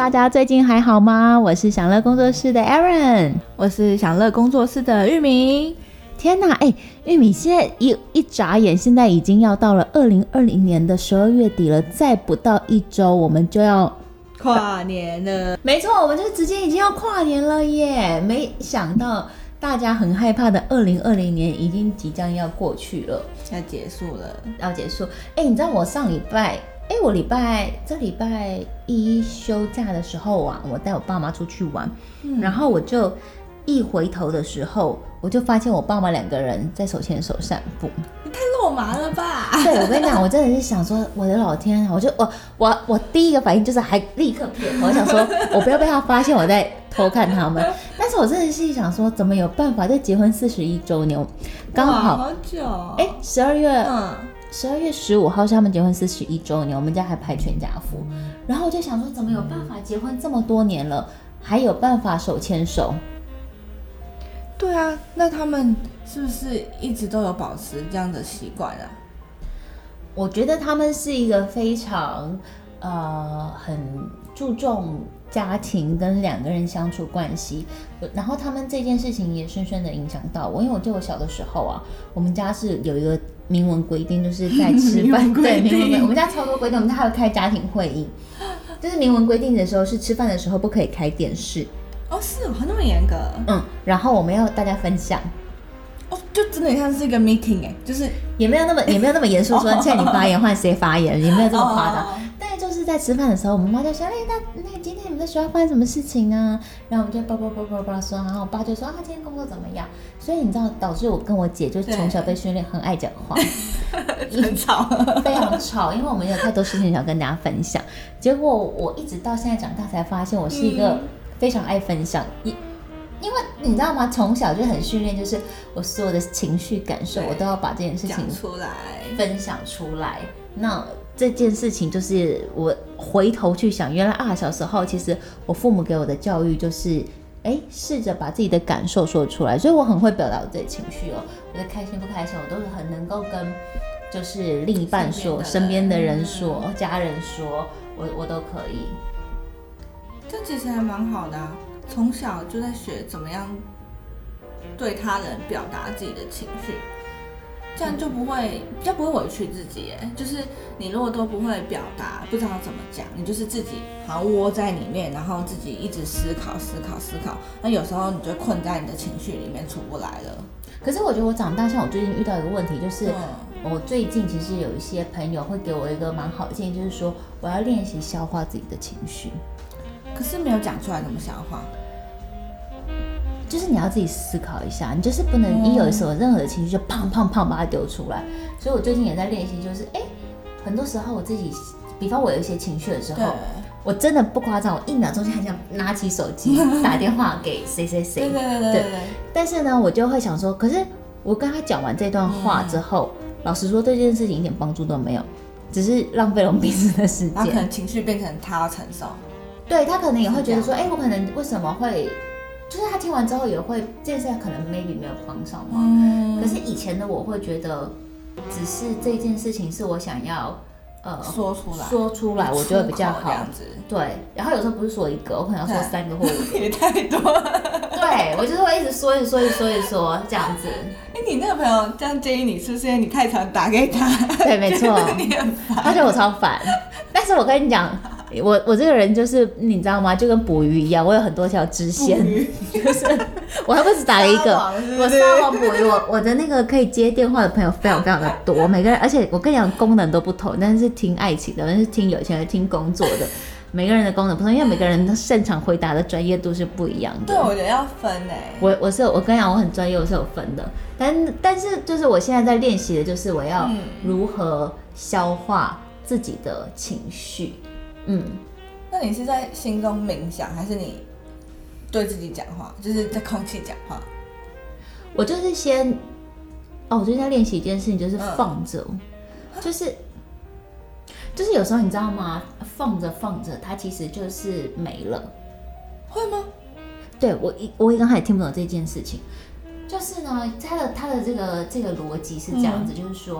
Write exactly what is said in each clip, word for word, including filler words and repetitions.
大家最近还好吗？我是享乐工作室的 Aaron， 我是享乐工作室的玉米。 天哪，哎，玉米现在 一, 一眨眼，现在已经要到了二零二零年的十二月底了，再不到一周我们就要跨年了。 没错，我们就直接已经要跨年了耶！没想到大家很害怕的二零二零年已经即将要过去了， 要结束了， 要结束。哎，你知道我上礼拜，哎，我礼拜这礼拜一休假的时候啊，我带我爸妈出去玩，嗯、然后我就一回头的时候，我就发现我爸妈两个人在手牵手散步。 你太肉麻了吧？ 对，我跟你讲，我真的是想说，我的老天，我就我我我第一个反应就是还立刻撇头，我想说我不要被他发现我在偷看他们。但是我真的是想说，怎么有办法在结婚四十一周年，刚好好久， 哎，十二月，嗯，十二月十五号是他们结婚四十一周年，我们家还拍全家福。然后我就想说，怎么有办法结婚这么多年了，还有办法手牵手？ 对啊，那他们是不是一直都有保持这样的习惯啊？ 我觉得他们是一个非常呃很注重家庭跟两个人相处关系，然后他们这件事情也深深的影响到我，因为我记得我小的时候啊，我们家是有一个明文规定，就是在吃饭对明文规定，我们家超多规定，我们家还会开家庭会议，就是明文规定的时候是吃饭的时候不可以开电视。 哦，是哦，那么严格。 嗯，然后我们要大家分享。 哦，就真的像是一个 meeting 哎，就是也没有那么也没有那么严肃，说现在你发言换谁发言，也没有这么夸张。哦、但就是在吃饭的时候，我妈就说：“哎，那那今天你们在学校发生什么事情啊？”然后我们就叭叭叭叭叭说，然后我爸就说：“啊，今天工作怎么样？”所以你知道，导致我跟我姐就从小被训练很爱讲话， 很吵， 非常吵，因为我们有太多事情想跟大家分享。结果我一直到现在长大才发现，我是一个、嗯。非常爱分享，因为你知道吗？从小就很训练，就是我所有的情绪感受，我都要把这件事情出来分享出来。那这件事情就是我回头去想，原来啊，小时候其实我父母给我的教育就是，哎，试着把自己的感受说出来，所以我很会表达我自己的情绪哦。我的开心不开心，我都是很能够跟就是另一半说、身边的人说、嗯、家人说，我我都可以。 这其实还蛮好的啊，从小就在学怎么样对他人表达自己的情绪，这样就不会比较不会委屈自己耶。就是你如果都不会表达，不知道怎么讲，你就是自己好像窝在里面，然后自己一直思考思考思考，那有时候你就困在你的情绪里面出不来了。 可是我觉得我长大，像我最近遇到一个问题，就是、嗯、我最近其实有一些朋友会给我一个蛮好的建议，就是说我要练习消化自己的情绪。 可是没有讲出来怎么消化， 就是你要自己思考一下，你就是不能一有什么任何的情绪就砰砰砰把它丢出来。所以我最近也在练习，就是哎，很多时候我自己，比方我有一些情绪的时候，我真的不夸张，我一秒钟就很想拿起手机打电话给谁谁谁。 对对对对对。 但是呢，我就会想说，可是我跟他讲完这段话之后，嗯、老实说，对这件事情一点帮助都没有，只是浪费了我们彼此的时间。 然后可能情绪变成他要承受。 对，他可能也会觉得说，哎，我可能为什么会，就是他听完之后也会这件事可能 maybe 没有帮上忙。嗯。可是以前的我会觉得，只是这件事情是我想要呃说出来， 说出来，我觉得比较好。对，然后有时候不是说一个，我可能要说三个或五个， 也太多了。 对，我就是会一直说一直说一直说一直说这样子。 哎，你那个朋友这样建议你，是不是因为你太常打给他？ 对，没错， 你很烦， 他觉得我超烦。但是我跟你讲。我我这个人就是你知道吗？就跟捕鱼一样，我有很多条支线，就是我还不止打了一个，我撒网捕鱼，我我的那个可以接电话的朋友非常非常的多，每个人，而且我跟你讲功能都不同，但是听爱情的，但是听有钱的，听工作的，每个人的功能不同，因为每个人的擅长回答的专业度是不一样的。 对，我觉得要分哎。 我我是我跟你讲，我很专业，我是有分的，但但是就是我现在在练习的就是我要如何消化自己的情绪。嗯， 那你是在心中冥想，还是你对自己讲话，就是在空气讲话？ 我就是先，哦，我最近在练习一件事情，就是放着、嗯，就是就是有时候你知道吗？放着放着，它其实就是没了。 会吗？ 对，我一我刚才也听不懂这件事情，就是呢，它的它的这个这个逻辑是这样子，嗯、就是说。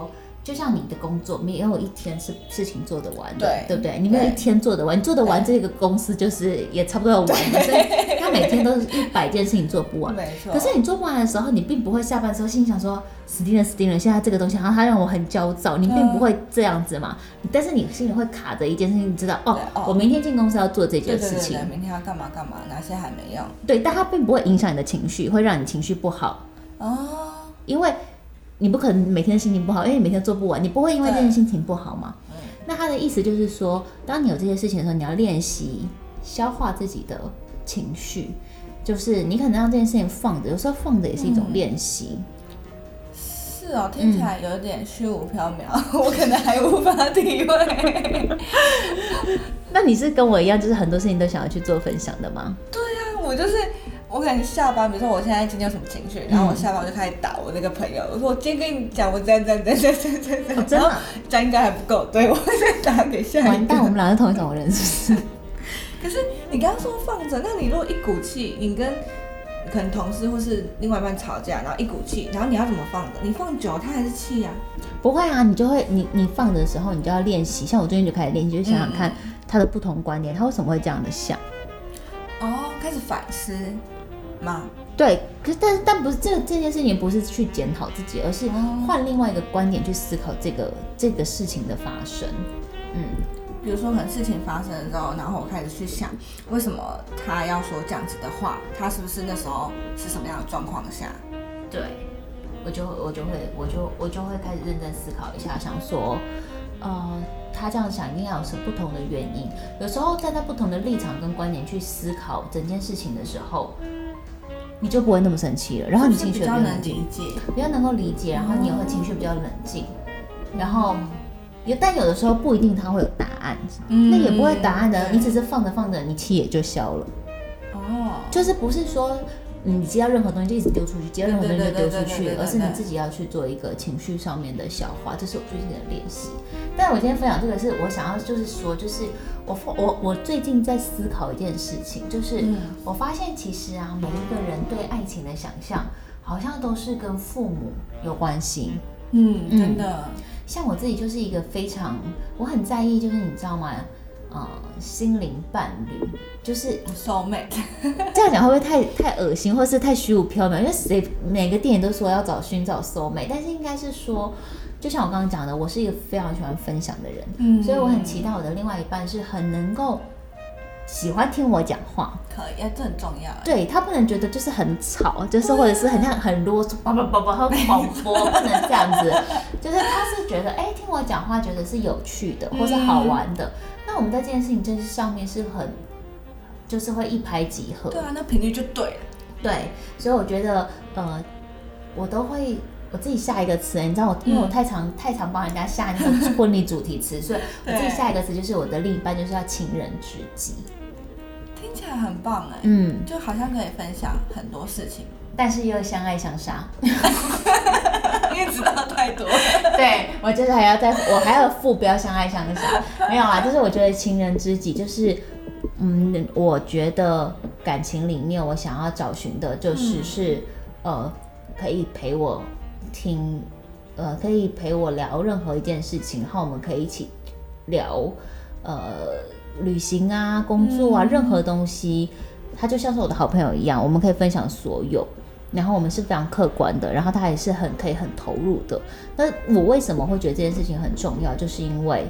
就像你的工作，没有一天是事情做得完的， 对对不对？你没有一天做得完，你做得完这个公司就是也差不多要完了，所以他每天都是一百件事情做不完。 没错。 可是你做不完的时候，你并不会下班的时候心想说死定了死定了，现在这个东西，然后它让我很焦躁，你并不会这样子嘛。嗯、但是你心里会卡着一件事情，你知道哦，哦我明天进公司要做这件事情， 对对对对，明天要干嘛干嘛，哪些还没用。 对，但它并不会影响你的情绪，会让你情绪不好哦， 因为。你不可能每天心情不好，因为你每天做不完，你不会因为这件心情不好嘛？嗯、那他的意思就是说，当你有这些事情的时候，你要练习消化自己的情绪，就是你可能让这件事情放着，有时候放着也是一种练习。嗯、 是哦，听起来有点虚无缥缈，嗯、我可能还无法体会。 那你是跟我一样，就是很多事情都想要去做分享的吗？ 对呀、啊，我就是。我可能下班，比如说我现在今天有什么情绪，然后我下班我就开始打我那个朋友，我说我今天跟你讲，我这样这样这样这样这样这样， 真的， 这样应该还不够，对我再打给下一个。 完蛋，我们俩是同一种人，是不是？ 可是你刚刚说放着，那你如果一股气，你跟可能同事或是另外一半吵架，然后一股气，然后你要怎么放着？你放久，他还是气啊？ 不会啊，你就会你你放着的时候，你就要练习。像我最近就开始练习，就想想看他的不同观点，他为什么会这样的想。 哦，开始反思吗？ 对，可是但是但不是这这件事情不是去检讨自己，而是换另外一个观点去思考这个这个事情的发生。嗯， 比如说可能事情发生了之后，然后我开始去想，为什么他要说这样子的话？他是不是那时候是什么样的状况下？ 对，我就我就会我就我就会开始认真思考一下，想说，呃，他这样想一定要有什么不同的原因。有时候站在不同的立场跟观点去思考整件事情的时候。你就不会那么生气了，然后你情绪比较能理解， 比较能够理解，然后你也会情绪比较冷静，然后有但有的时候不一定他会有答案，嗯、那也不会答案的，你只是放着放着，你气也就消了。哦，就是不是说你接到任何东西就一直丢出去，接到任何东西就丢出去，而是你自己要去做一个情绪上面的消化，这是我最近的练习。但我今天分享这个是我想要就是说，就是我我我最近在思考一件事情，就是我发现其实啊，每一个人对爱情的想象好像都是跟父母有关系。 嗯，真的。嗯、 像我自己就是一个非常我很在意，就是你知道吗？呃，心灵伴侣就是 soulmate， 这样讲会不会太太恶心，或是太虚无缥缈？因为谁每个电影都说要找寻找 soulmate， 但是应该是说，就像我刚刚讲的，我是一个非常喜欢分享的人，嗯，所以我很期待我的另外一半是很能够喜欢听我讲话， 可以，这很重要。 对，他不能觉得就是很吵，就是或者是很像很啰嗦，叭叭叭叭，他广播不能这样子，就是他是觉得哎、欸，听我讲话觉得是有趣的，或是好玩的。嗯、那我们在这件事情真上面是很，就是会一拍即合。 对啊，那频率就对了。 对，所以我觉得呃，我都会。我自己下一个词，你知道我，因为我太常、嗯、太常帮人家下那个婚礼主题词，所以我自己下一个词就是我的另一半就是要情人知己， 听起来很棒哎， 嗯， 就好像可以分享很多事情， 但是又相爱相杀， 因为知道太多， 对我就是还要再我还要副标相爱相杀，没有啦，就是我觉得情人知己就是，嗯，我觉得感情里面我想要找寻的就是、嗯、是呃可以陪我。听，呃，可以陪我聊任何一件事情，然后我们可以一起聊，呃，旅行啊、工作啊，嗯、任何东西，他就像是我的好朋友一样，我们可以分享所有，然后我们是非常客观的，然后他也是很可以很投入的。那我为什么会觉得这件事情很重要？就是因为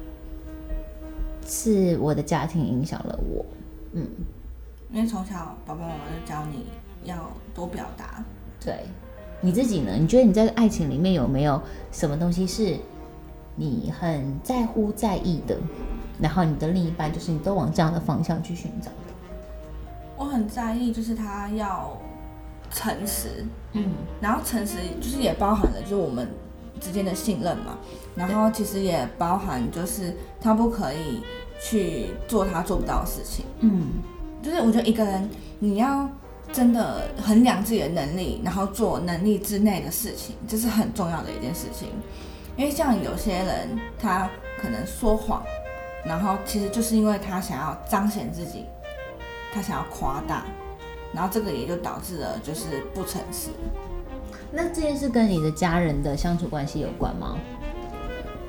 是我的家庭影响了我，嗯， 因为从小爸爸妈妈就教你要多表达， 对。你自己呢？你觉得你在爱情里面有没有什么东西是你很在乎、在意的？然后你的另一半就是你都往这样的方向去寻找的？ 我很在意，就是他要诚实，嗯，然后诚实就是也包含了就是我们之间的信任嘛，然后其实也包含就是他不可以去做他做不到的事情，嗯，就是我觉得一个人你要。真的衡量自己的能力，然后做能力之内的事情，这是很重要的一件事情。因为像有些人，他可能说谎，然后其实就是因为他想要彰显自己，他想要夸大，然后这个也就导致了就是不诚实。 那这件事跟你的家人的相处关系有关吗？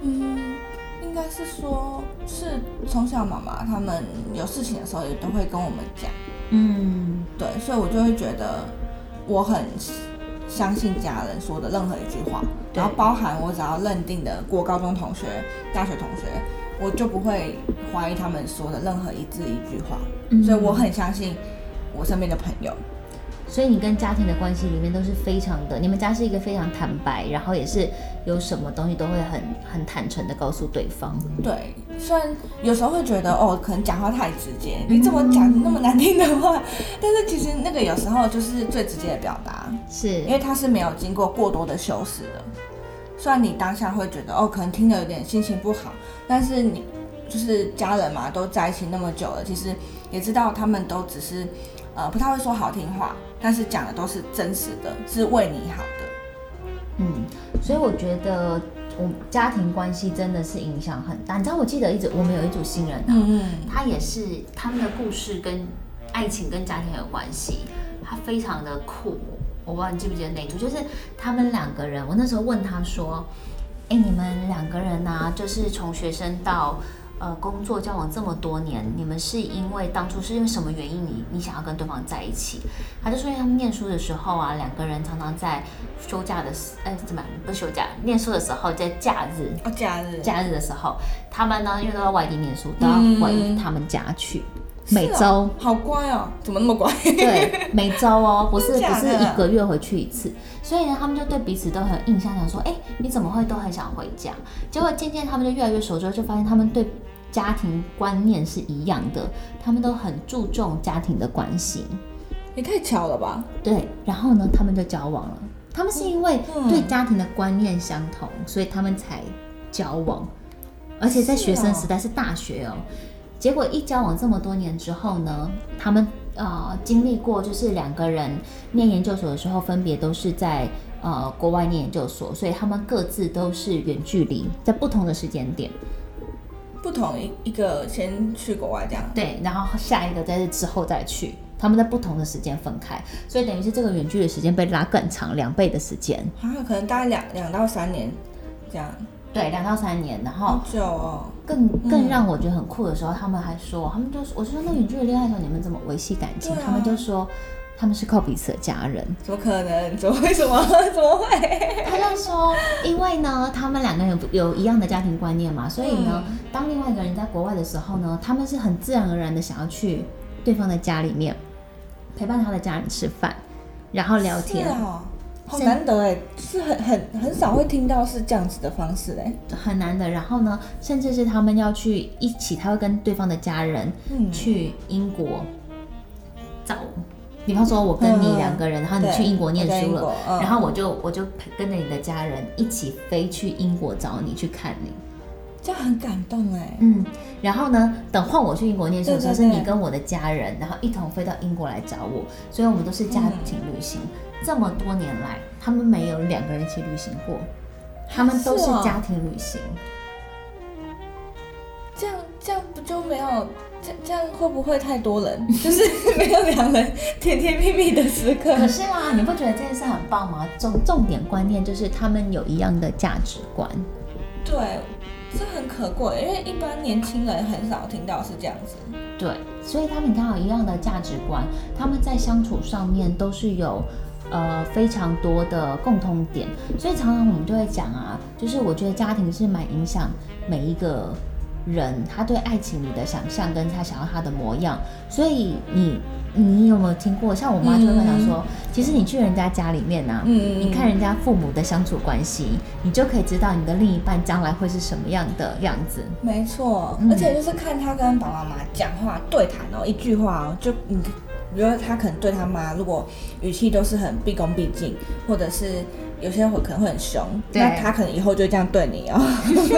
嗯，应该是说，是从小妈妈他们有事情的时候也都会跟我们讲， 嗯， 对，所以我就会觉得我很相信家人说的任何一句话，然后包含我只要认定的国高中同学、大学同学，我就不会怀疑他们说的任何一字一句话，嗯、所以我很相信我身边的朋友。 所以你跟家庭的关系里面都是非常的，你们家是一个非常坦白，然后也是有什么东西都会很很坦诚的告诉对方。 对，虽然有时候会觉得哦，可能讲话太直接，你怎么讲那么难听的话，但是其实那个有时候就是最直接的表达， 是因为它是没有经过过多的修饰的。虽然你当下会觉得哦，可能听得有点心情不好，但是你就是家人嘛，都在一起那么久了，其实也知道他们都只是呃不太会说好听话，但是讲的都是真实的，是为你好的。 嗯，所以我觉得我家庭关系真的是影响很大。你知道，我记得一直我们有一组新人啊，嗯嗯他也是他们的故事跟爱情跟家庭有关系，他非常的酷。我不知道你记不记得那一组，就是他们两个人，我那时候问他说：“哎，你们两个人啊，就是从学生到呃工作交往这么多年，你们是因为当初是因为什么原因你你想要跟对方在一起？”他就说，因为他们念书的时候啊，两个人常常在休假的时，哎怎么不是休假，念书的时候在假日哦假日假日的时候，他们呢因为都在外地念书，都要回他们家去。嗯每周、 哦、好乖哦，怎么那么乖？ 对，每周哦，不是不是一个月回去一次，所以呢，他们就对彼此都很印象，想说，哎，你怎么会都很想回家？结果渐渐他们就越来越熟之后，就发现他们对家庭观念是一样的，他们都很注重家庭的关系。 也太巧了吧？ 对，然后呢，他们就交往了。他们是因为对家庭的观念相同，嗯、所以他们才交往，而且在学生时代是大学哦。结果一交往这么多年之后呢，他们呃经历过就是两个人念研究所的时候，分别都是在呃国外念研究所，所以他们各自都是远距离，在不同的时间点， 不同一一个先去国外这样， 对，然后下一个在之后再去，他们在不同的时间分开，所以等于是这个远距离时间被拉更长，两倍的时间， 啊，可能大概两两到三年这样。 对，两到三年，然后好久哦。 更更让我觉得很酷的时候，嗯、他们还说，他们就我就说那远距离恋爱的时候，你们怎么维系感情？啊、他们就说他们是靠彼此的家人。 怎么可能？怎么为什么？怎么会？ 他就说，因为呢，他们两个人有有一样的家庭观念嘛，所以呢，嗯、当另外一个人在国外的时候呢，他们是很自然而然的想要去对方的家里面陪伴他的家人吃饭，然后聊天。 是哦。好难得哎，是很很很少会听到是这样子的方式哎， 很难得。然后呢，甚至是他们要去一起，他会跟对方的家人去英国找，嗯、比方说我跟你两个人，嗯、然后你去英国念书了，嗯、然后我就我就跟着你的家人一起飞去英国找你去看你。 这样很感动哎， 嗯，然后呢，等换我去英国念书的时候，是你跟我的家人，然后一同飞到英国来找我，所以我们都是家庭旅行。嗯、这么多年来，他们没有两个人一起旅行过，他们都是家庭旅行。 哦、这样这样不就没有这这样会不会太多人？就是没有两人甜甜蜜蜜的时刻。 可是啊，你不觉得这件事很棒吗？重重点观念就是他们有一样的价值观。 对。这很可贵，因为一般年轻人很少听到是这样子。 对，所以他们刚好一样的价值观，他们在相处上面都是有呃非常多的共通点，所以常常我们就会讲啊，就是我觉得家庭是蛮影响每一个人他对爱情里的想象跟他想要他的模样，所以你。你有没有听过？像我妈就会跟我说，嗯、其实你去人家家里面啊，嗯、你看人家父母的相处关系，你就可以知道你的另一半将来会是什么样的样子。 没错，嗯、而且就是看他跟爸爸妈妈讲话对谈哦，一句话哦，就你比如说他可能对他妈，如果语气都是很毕恭毕敬，或者是有些人可能会很凶，那他可能以后就这样对你哦。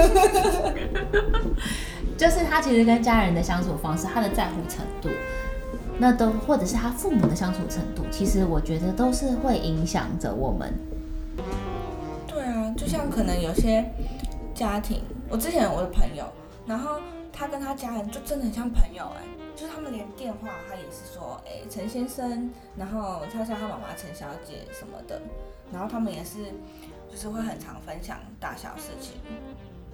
就是他其实跟家人的相处方式，他的在乎程度。那都或者是他父母的相处程度，其实我觉得都是会影响着我们。 对啊，就像可能有些家庭，我之前有我的朋友，然后他跟他家人就真的很像朋友哎、欸，就是他们连电话他也是说哎陈先生，然后他叫他妈妈陈小姐什么的，然后他们也是就是会很常分享大小事情。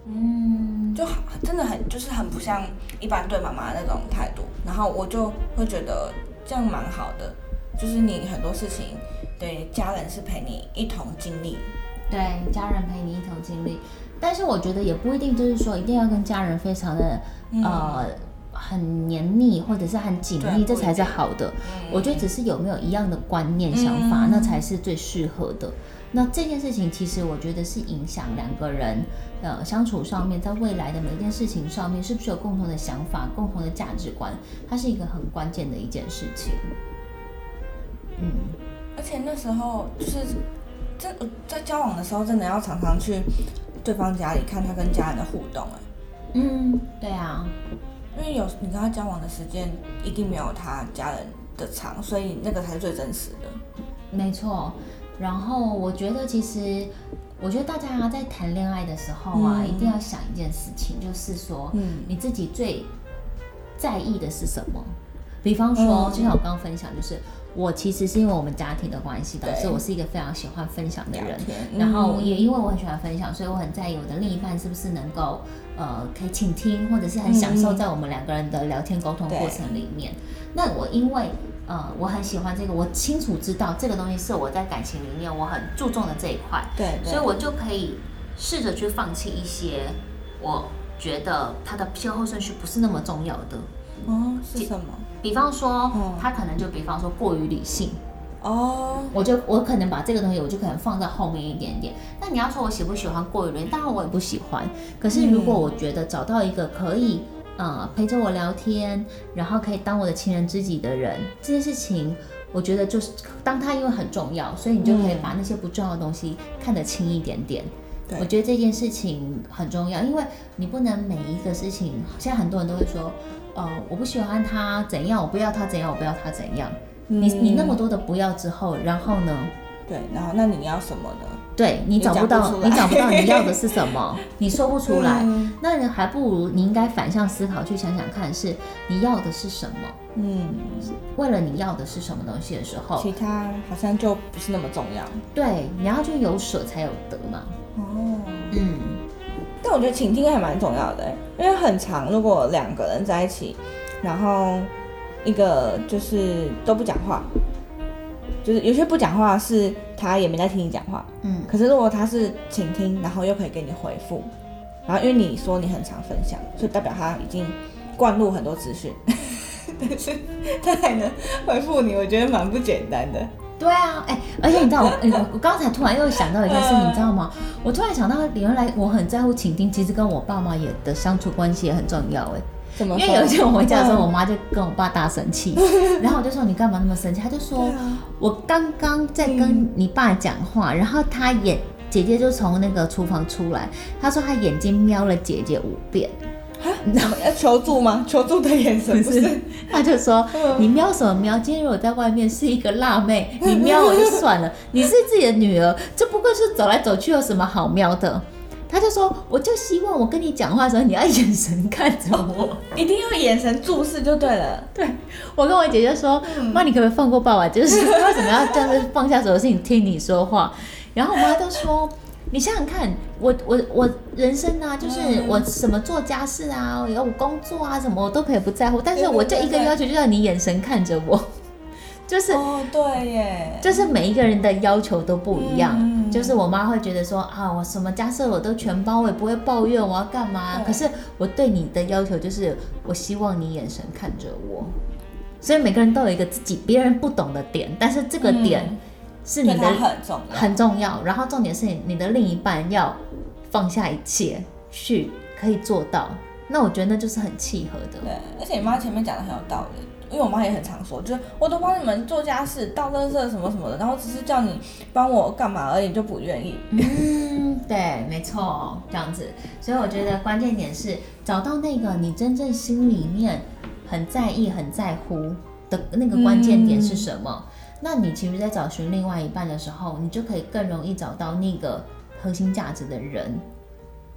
嗯，就真的很就是很不像一般对妈妈那种态度，然后我就会觉得这样蛮好的，就是你很多事情对家人是陪你一同经历， 对，家人陪你一同经历，但是我觉得也不一定就是说一定要跟家人非常的、嗯、呃很黏密或者是很紧密，这才是好的、嗯、我觉得只是有没有一样的观念想法、嗯、那才是最适合的。那这件事情其实我觉得是影响两个人呃相处上面，在未来的每一件事情上面是不是有共同的想法、共同的价值观，它是一个很关键的一件事情。 嗯，而且那时候就是真在交往的时候，真的要常常去对方家里看他跟家人的互动。哎， 嗯，对啊， 因为有你跟他交往的时间一定没有他家人的长，所以那个才是最真实的。 没错。然后我觉得其实我觉得大家在谈恋爱的时候啊、嗯、一定要想一件事情，就是说、嗯、你自己最在意的是什么。比方说、嗯、就像我刚刚分享，就是我其实是因为我们家庭的关系导致我是一个非常喜欢分享的人、嗯、然后也因为我很喜欢分享，所以我很在意我的另一半是不是能够呃可以倾听，或者是很享受在我们两个人的聊天沟通过程里面、嗯、那我因为呃，我很喜欢这个，我清楚知道这个东西是我在感情里面我很注重的这一块， 对, 对， 所以我就可以试着去放弃一些我觉得它的先后顺序不是那么重要的。 哦，是什么？ 比方说，嗯、他可能就比方说过于理性。 哦， 我就我可能把这个东西我就可能放在后面一点点。那你要说我喜不喜欢过于理性，当然我也不喜欢。可是如果我觉得找到一个可以。呃，陪着我聊天，然后可以当我的亲人知己的人，这件事情，我觉得就是当他因为很重要，所以你就可以把那些不重要的东西看得轻一点点。嗯、我觉得这件事情很重要，因为你不能每一个事情，现在很多人都会说，呃，我不喜欢他怎样，我不要他怎样，我不要他怎样。嗯、你你那么多的不要之后，然后呢？ 对，然后那你要什么呢？ 对，你找不到，你找不到你要的是什么，你说不出来、嗯，那还不如你应该反向思考，去想想看，是你要的是什么。嗯，为了你要的是什么东西的时候， 其他好像就不是那么重要。 对，你要就有舍才有得嘛。哦，嗯， 但我觉得倾听还蛮重要的，因为很常，如果两个人在一起，然后一个就是都不讲话。就是有些不讲话是他也没在听你讲话，嗯，可是如果他是倾听，然后又可以给你回复，然后因为你说你很常分享，所以代表他已经灌入很多资讯，但是他还能回复你，我觉得蛮不简单的。 对啊，哎、欸，而且你知道我，欸、我刚才突然又想到一件事，你知道吗？我突然想到，原来我很在乎倾听，其实跟我爸妈也的相处关系也很重要，哎。因为有一天我回家的时候，我妈就跟我爸大生气，然后我就说你干嘛那么生气？他就说、啊、我刚刚在跟你爸讲话，嗯、然后他眼姐姐就从那个厨房出来，他说他眼睛瞄了姐姐五遍。 然后要求助吗？求助的眼神不是？ 他就说、嗯、你瞄什么瞄？今天如果在外面是一个辣妹，你瞄我就算了，你是自己的女儿，这不过是走来走去有什么好瞄的？他就说，我就希望我跟你讲话的时候，你要眼神看着我， 一定要眼神注视就对了。 对，我跟我姐姐说，妈、嗯，你可不可以放过爸爸？就是为什么要这样子放下所有事情听你说话？然后我妈就说，你想想看，我我我人生啊，就是我什么做家事啊，有我工作啊，什么我都可以不在乎，但是我就一个要求，就让你眼神看着我。就是哦，对耶， 就是每一个人的要求都不一样。嗯、就是我妈会觉得说啊，我什么家事我都全包，我也不会抱怨我要干嘛。可是我对你的要求就是，我希望你眼神看着我。所以每个人都有一个自己别人不懂的点，但是这个点是你的、 嗯、很重要， 很重要。然后重点是你的另一半要放下一切去可以做到。那我觉得那就是很契合的。 对，而且你妈前面讲的很有道理。因为我妈也很常说，就是我都帮你们做家事、倒垃圾什么什么的，然后只是叫你帮我干嘛而已，就不愿意。 嗯，对，没错，这样子。所以我觉得关键点是找到那个你真正心里面很在意、很在乎的那个关键点是什么。嗯、那你其实，在找寻另外一半的时候，你就可以更容易找到那个核心价值的人。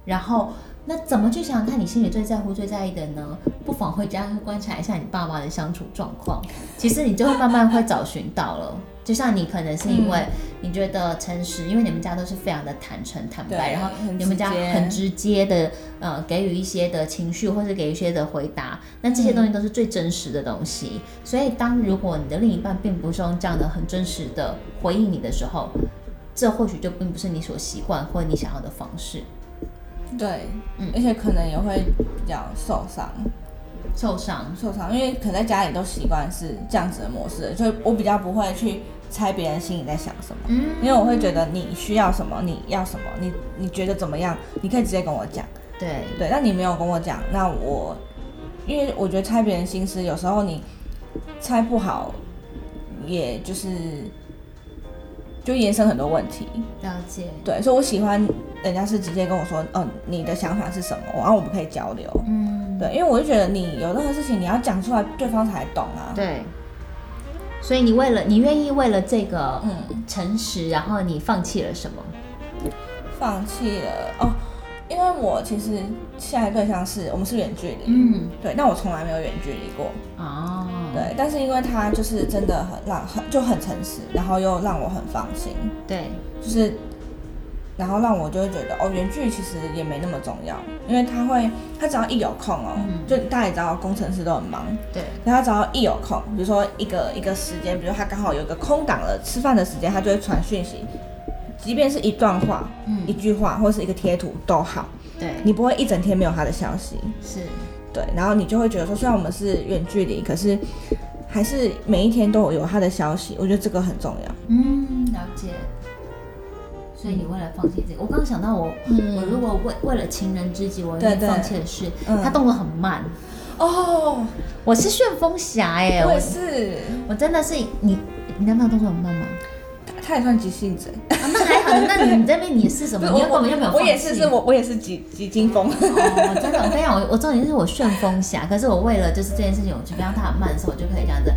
然后那怎么去想想看你心里最在乎最在意的呢？不妨回家观察一下你爸妈的相处状况，其实你就会慢慢会找寻到了。就像你可能是因为你觉得诚实，嗯、因为你们家都是非常的坦诚坦白，然后你们家很直接的呃给予一些的情绪，或是给予一些的回答，那这些东西都是最真实的东西。嗯、所以当如果你的另一半并不是用这样的很真实的回应你的时候，这或许就并不是你所习惯或你想要的方式。 对，嗯，而且可能也会比较受伤。 受伤， 受伤，因为可能在家里都习惯是这样子的模式，所以我比较不会去猜别人心里在想什么，嗯，因为我会觉得你需要什么，你要什么，你你觉得怎么样，你可以直接跟我讲， 对对，那你没有跟我讲，那我，因为我觉得猜别人心思，有时候你猜不好，也就是就延伸很多问题。 了解， 对，所以我喜欢人家是直接跟我说，哦，你的想法是什么，然后我们可以交流，嗯。对，因为我就觉得你有任何事情你要讲出来，对方才懂啊。 对，所以你为了你愿意为了这个诚实，嗯、然后你放弃了什么？ 放弃了哦，因为我其实现在对象是我们是远距离，嗯，对，但我从来没有远距离过哦。对，但是因为他就是真的很让很就很诚实，然后又让我很放心。 对， 就是。然后让我就会觉得哦，远距离其实也没那么重要，因为他会，他只要一有空哦，嗯、就大家也知道工程师都很忙， 对， 可他只要一有空，比如说一个一个时间，比如他刚好有一个空档了，吃饭的时间，他就会传讯息，即便是一段话、嗯、一句话或是一个贴图都好， 对， 你不会一整天没有他的消息， 是， 对，然后你就会觉得说，虽然我们是远距离，可是还是每一天都有他的消息，我觉得这个很重要， 嗯，了解。所以你为了放弃这个，我刚刚想到我，嗯、我如果为为了情人知己，我愿意放弃的是，嗯、他动作很慢。哦，我是旋风侠哎， 我也是， 我真的是你，你男朋友动作很慢吗？ 他也算急性子、 啊，那还好。那你这边你是什么？你根本就没有放弃。 我也是，是我我也是急急惊风。 哦，真的，我跟你讲，我我重点是我旋风侠，可是我为了就是这件事情，我就不让他很慢的时候，我就可以这样子，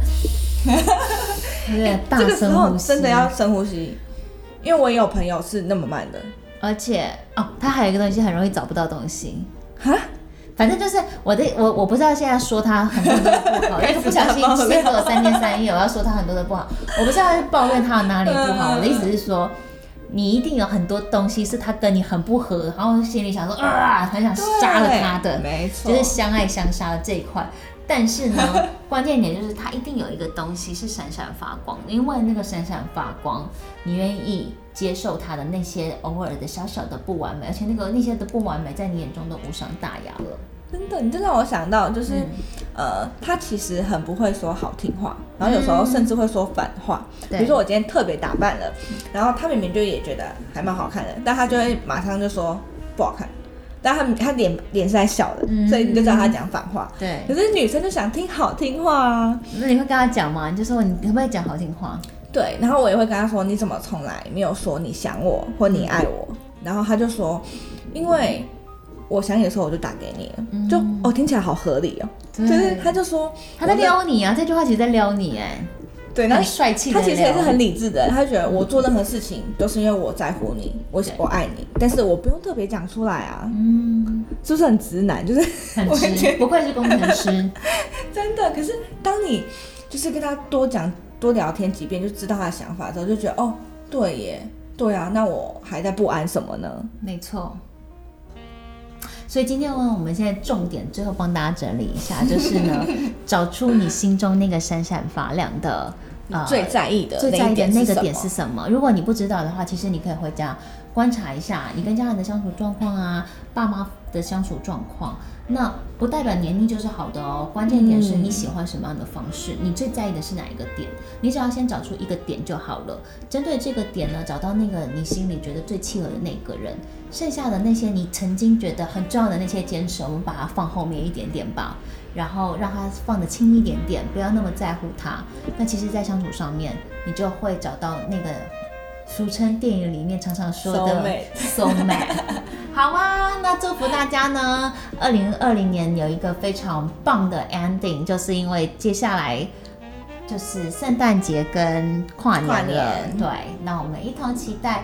对，大深呼吸， 真的要深呼吸。因为我也有朋友是那么慢的， 而且哦，他还有一个东西很容易找不到东西哈，反正就是我的我我不知道现在说他很多的不好，因为不小心先给我三天三夜，我要说他很多的不好，我不是要抱怨他哪里不好，我的意思是说，你一定有很多东西是他跟你很不合，然后心里想说啊，很想杀了他的， 没错， 就是相爱相杀的这一块。但是呢，关键点就是它一定有一个东西是闪闪发光，因为那个闪闪发光，你愿意接受它的那些偶尔的小小的不完美，而且那个那些的不完美在你眼中都无伤大雅了。 真的，你这让我想到，就是、嗯、呃，他其实很不会说好听话，然后有时候甚至会说反话。嗯、比如说我今天特别打扮了，然后他明明就也觉得还蛮好看的，但他就会马上就说不好看。但他他脸脸是在笑的，嗯、所以你就知道他讲反话。 对， 可是女生就想听好听话啊。 那你会跟他讲吗？你就说你可不可以讲好听话？ 对，然后我也会跟他说，你怎么从来没有说你想我或你爱我？嗯、然后他就说，因为我想你的时候我就打给你了，嗯、就哦听起来好合理哦。就是他就说他在撩你啊，这句话其实在撩你哎。 对，那很帅气的。 他其实也是很理智的，他觉得我做任何事情都是因为我在乎你，我我爱你，但是我不用特别讲出来啊。嗯，是不是很直男？就是很直，不愧是工程师。 真的，可是当你就是跟他多讲、多聊天几遍，就知道他的想法之后，就觉得哦，对耶，对啊，那我还在不安什么呢？ 没错。所以今天呢，我们现在重点最后帮大家整理一下，就是呢，找出你心中那个闪闪发亮的， 呃，最在意的最在意的那个点是什么？如果你不知道的话，其实你可以回家观察一下你跟家人的相处状况啊，爸妈的相处状况。那不代表黏腻就是好的哦，关键点是你喜欢什么样的方式，嗯、你最在意的是哪一个点？你只要先找出一个点就好了。针对这个点呢，找到那个你心里觉得最契合的那个人，剩下的那些你曾经觉得很重要的那些坚持，我们把它放后面一点点吧，然后让它放得轻一点点，不要那么在乎它。那其实，在相处上面，你就会找到那个俗称电影里面常常说的 soul mate。好啊，那祝福大家呢，二零二零年有一个非常棒的 ending， 就是因为接下来就是圣诞节跟跨年了，跨年对，那我们一同期待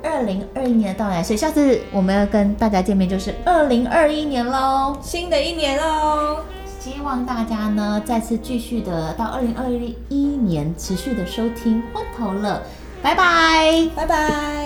二零二一年的到来，所以下次我们要跟大家见面就是二零二一年喽， 新的一年喽。 希望大家呢再次继续的到二零二一年持续的收听昏头了，拜拜， 拜拜。